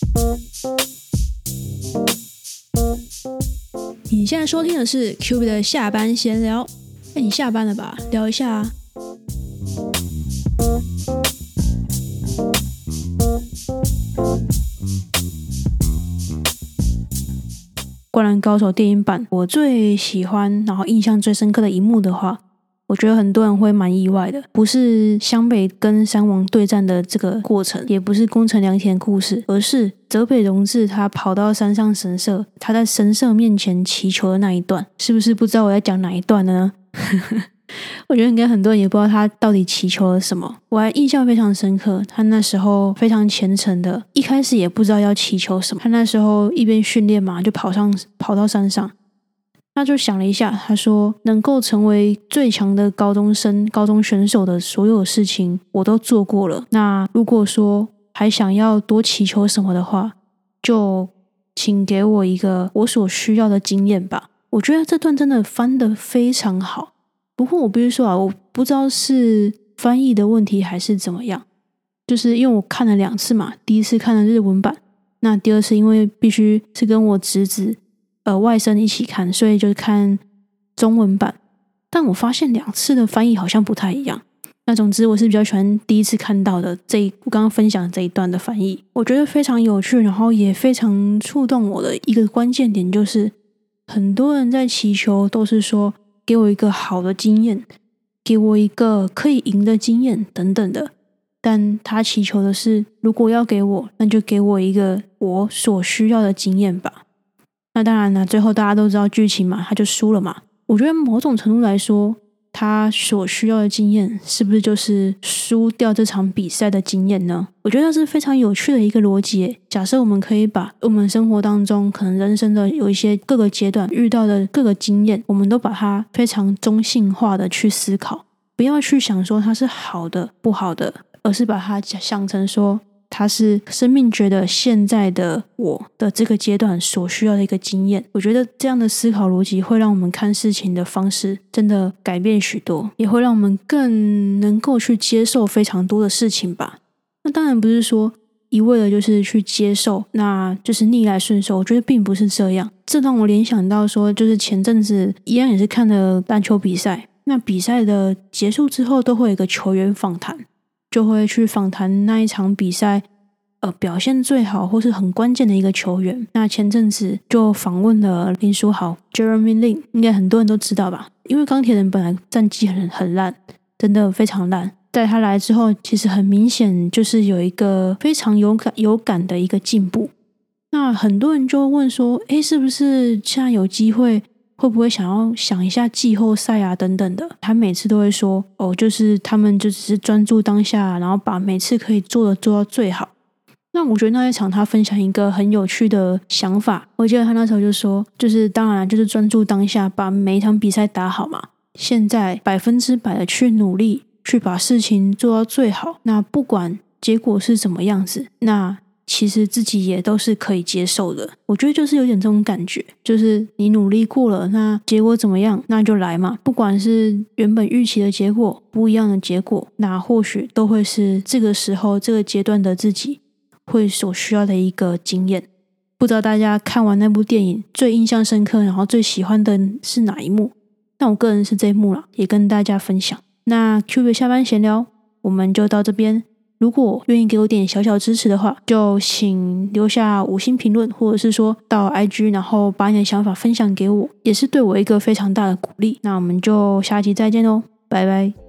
你现在收听的是 QB 的下班闲聊。你下班了吧？聊一下啊。灌篮高手电影版，我最喜欢然后印象最深刻的一幕的话，我觉得很多人会蛮意外的，不是湘北跟山王对战的这个过程，也不是宫城良田故事，而是泽北荣治他跑到山上神社，他在神社面前祈求的那一段。是不是不知道我在讲哪一段的呢？我觉得应该很多人也不知道他到底祈求了什么。我还印象非常深刻，他那时候非常虔诚的，一开始也不知道要祈求什么，他那时候一边训练嘛，就跑到山上，他就想了一下，他说能够成为最强的高中选手的所有事情我都做过了，那如果说还想要多祈求什么的话，就请给我一个我所需要的经验吧。我觉得这段真的翻得非常好，不过我必须说啊，我不知道是翻译的问题还是怎么样，就是因为我看了2次嘛，第一次看了日文版，那第二次因为必须是跟我侄子外甥一起看，所以就看中文版，但我发现2次的翻译好像不太一样。那总之我是比较喜欢第一次看到的我刚刚分享的这一段的翻译，我觉得非常有趣，然后也非常触动我的一个关键点就是，很多人在祈求都是说给我一个好的经验，给我一个可以赢的经验等等的，但他祈求的是如果要给我，那就给我一个我所需要的经验吧。那当然了，最后大家都知道剧情嘛，他就输了嘛。我觉得某种程度来说，他所需要的经验是不是就是输掉这场比赛的经验呢？我觉得是非常有趣的一个逻辑。假设我们可以把我们生活当中可能人生的有一些各个阶段遇到的各个经验，我们都把它非常中性化的去思考，不要去想说它是好的不好的，而是把它想成说它是生命觉得现在的我的这个阶段所需要的一个经验。我觉得这样的思考逻辑会让我们看事情的方式真的改变许多，也会让我们更能够去接受非常多的事情吧。那当然不是说一味的就是去接受，那就是逆来顺受，我觉得并不是这样。这让我联想到说，就是前阵子一样也是看了篮球比赛，那比赛的结束之后都会有一个球员访谈，就会去访谈那一场比赛表现最好或是很关键的一个球员。那前阵子就访问了林书豪 Jeremy Lin， 应该很多人都知道吧，因为钢铁人本来战绩很烂，真的非常烂，在他来之后其实很明显就是有一个非常有感的一个进步。那很多人就问说是不是现在有机会，会不会想一下季后赛啊等等的。他每次都会说就是他们就只是专注当下，然后把每次可以做到最好。那我觉得那一场他分享一个很有趣的想法，我记得他那时候就说，就是当然就是专注当下，把每一场比赛打好嘛，现在100%的去努力去把事情做到最好，那不管结果是怎么样子，那其实自己也都是可以接受的。我觉得就是有点这种感觉，就是你努力过了，那结果怎么样那就来嘛，不管是原本预期的结果，不一样的结果，那或许都会是这个时候这个阶段的自己会所需要的一个经验。不知道大家看完那部电影最印象深刻，然后最喜欢的是哪一幕？那我个人是这一幕啦，也跟大家分享。那 Q 的下班闲聊我们就到这边，如果愿意给我点小小支持的话，就请留下5星评论，或者是说到 IG 然后把你的想法分享给我，也是对我一个非常大的鼓励。那我们就下期再见咯，拜拜。